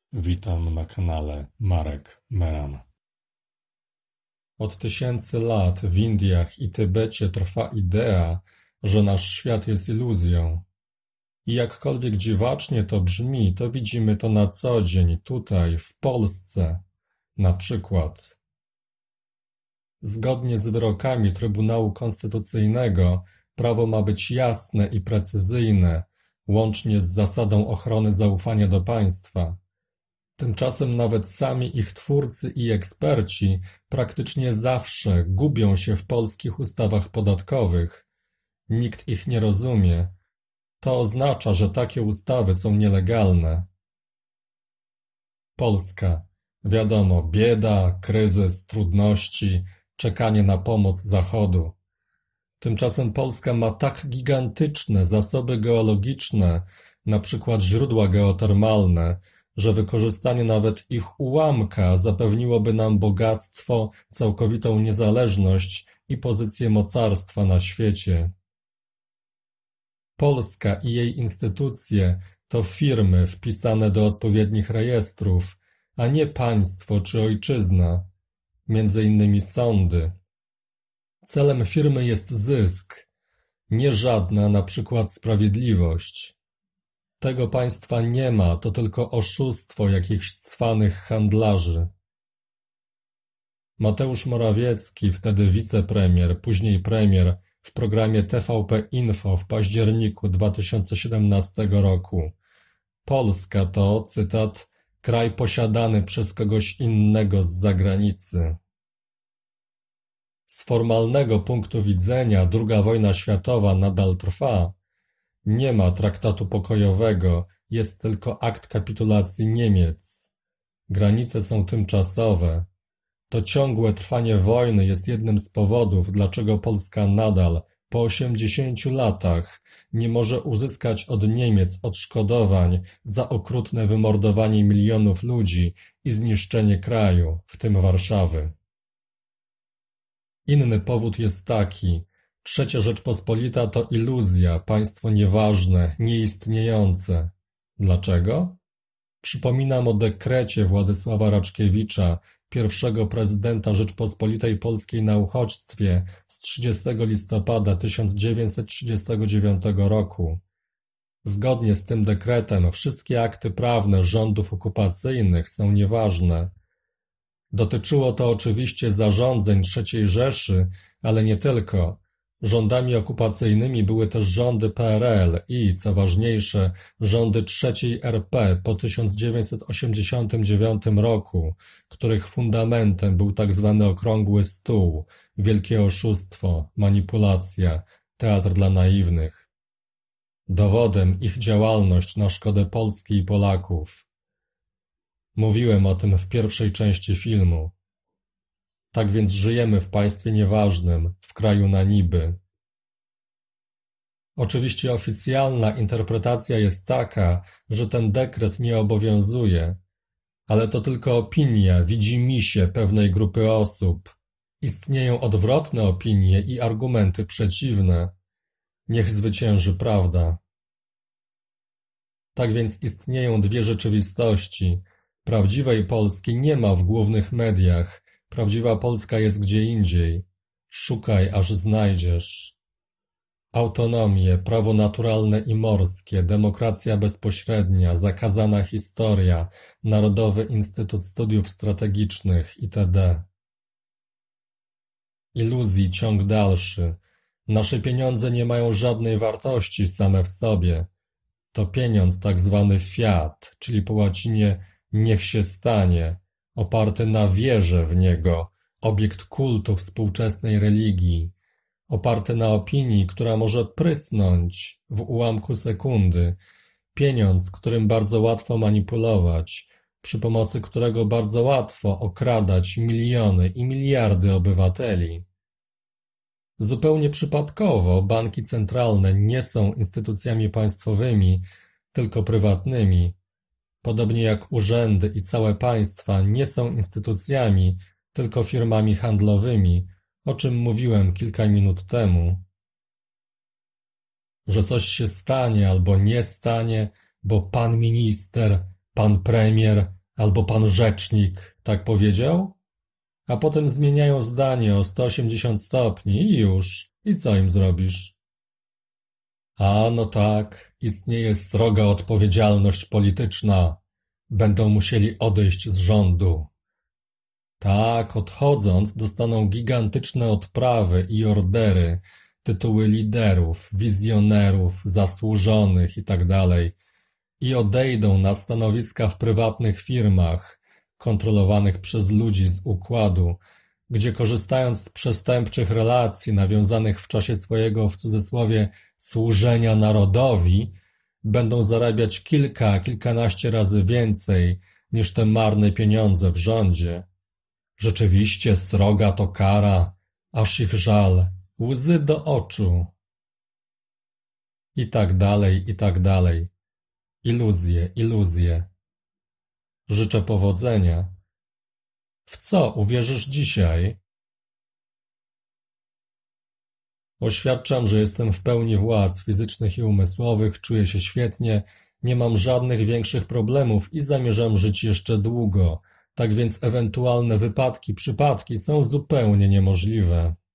Witam na kanale Marek Meran. Od tysięcy lat w Indiach i Tybecie trwa idea, że nasz świat jest iluzją. I jakkolwiek dziwacznie to brzmi, to widzimy to na co dzień tutaj, w Polsce. Na przykład. Zgodnie z wyrokami Trybunału Konstytucyjnego prawo ma być jasne i precyzyjne, łącznie z zasadą ochrony zaufania do państwa. Tymczasem nawet sami ich twórcy i eksperci praktycznie zawsze gubią się w polskich ustawach podatkowych. Nikt ich nie rozumie. To oznacza, że takie ustawy są nielegalne. Polska. Wiadomo, bieda, kryzys, trudności, czekanie na pomoc Zachodu. Tymczasem Polska ma tak gigantyczne zasoby geologiczne, na przykład źródła geotermalne, że wykorzystanie nawet ich ułamka zapewniłoby nam bogactwo, całkowitą niezależność i pozycję mocarstwa na świecie. Polska i jej instytucje to firmy wpisane do odpowiednich rejestrów, a nie państwo czy ojczyzna, między innymi sądy. Celem firmy jest zysk, nie żadna na przykład sprawiedliwość. Tego państwa nie ma, to tylko oszustwo jakichś cwanych handlarzy. Mateusz Morawiecki, wtedy wicepremier, później premier, w programie TVP Info w październiku 2017 roku. Polska to, cytat, kraj posiadany przez kogoś innego z zagranicy. Z formalnego punktu widzenia II wojna światowa nadal trwa. Nie ma traktatu pokojowego, jest tylko akt kapitulacji Niemiec. Granice są tymczasowe. To ciągłe trwanie wojny jest jednym z powodów, dlaczego Polska nadal, po 80 latach, nie może uzyskać od Niemiec odszkodowań za okrutne wymordowanie milionów ludzi i zniszczenie kraju, w tym Warszawy. Inny powód jest taki: Trzecia Rzeczpospolita to iluzja, państwo nieważne, nieistniejące. Dlaczego? Przypominam o dekrecie Władysława Raczkiewicza, pierwszego prezydenta Rzeczpospolitej Polskiej na uchodźstwie z 30 listopada 1939 roku. Zgodnie z tym dekretem wszystkie akty prawne rządów okupacyjnych są nieważne. Dotyczyło to oczywiście zarządzeń III Rzeszy, ale nie tylko. Rządami okupacyjnymi były też rządy PRL i, co ważniejsze, rządy III RP po 1989 roku, których fundamentem był tzw. okrągły stół, wielkie oszustwo, manipulacja, teatr dla naiwnych. Dowodem ich działalność na szkodę Polski i Polaków. Mówiłem o tym w pierwszej części filmu. Tak więc żyjemy w państwie nieważnym, w kraju na niby. Oczywiście oficjalna interpretacja jest taka, że ten dekret nie obowiązuje, ale to tylko opinia, widzimisię pewnej grupy osób. Istnieją odwrotne opinie i argumenty przeciwne. Niech zwycięży prawda. Tak więc istnieją dwie rzeczywistości. Prawdziwej Polski nie ma w głównych mediach. Prawdziwa Polska jest gdzie indziej. Szukaj, aż znajdziesz. Autonomię, prawo naturalne i morskie, demokracja bezpośrednia, zakazana historia, Narodowy Instytut Studiów Strategicznych itd. Iluzji ciąg dalszy. Nasze pieniądze nie mają żadnej wartości same w sobie. To pieniądz tak zwany fiat, czyli po łacinie niech się stanie, oparty na wierze w niego, obiekt kultu współczesnej religii, oparty na opinii, która może prysnąć w ułamku sekundy, pieniądz, którym bardzo łatwo manipulować, przy pomocy którego bardzo łatwo okradać miliony i miliardy obywateli. Zupełnie przypadkowo banki centralne nie są instytucjami państwowymi, tylko prywatnymi, podobnie jak urzędy i całe państwa nie są instytucjami, tylko firmami handlowymi, o czym mówiłem kilka minut temu. Że coś się stanie albo nie stanie, bo pan minister, pan premier Albo pan rzecznik tak powiedział? A potem zmieniają zdanie o 180 stopni i już. I co im zrobisz? A no tak, istnieje sroga odpowiedzialność polityczna. Będą musieli odejść z rządu. Tak, odchodząc dostaną gigantyczne odprawy i ordery, tytuły liderów, wizjonerów, zasłużonych itd. I odejdą na stanowiska w prywatnych firmach, kontrolowanych przez ludzi z układu, gdzie korzystając z przestępczych relacji nawiązanych w czasie swojego, w cudzysłowie, służenia narodowi, będą zarabiać kilkanaście razy więcej niż te marne pieniądze w rządzie. Rzeczywiście sroga to kara, aż ich żal, łzy do oczu. I tak dalej, i tak dalej. Iluzje. Życzę powodzenia. W co uwierzysz dzisiaj? Oświadczam, że jestem w pełni władz fizycznych i umysłowych, czuję się świetnie, nie mam żadnych większych problemów i zamierzam żyć jeszcze długo, tak więc ewentualne przypadki są zupełnie niemożliwe.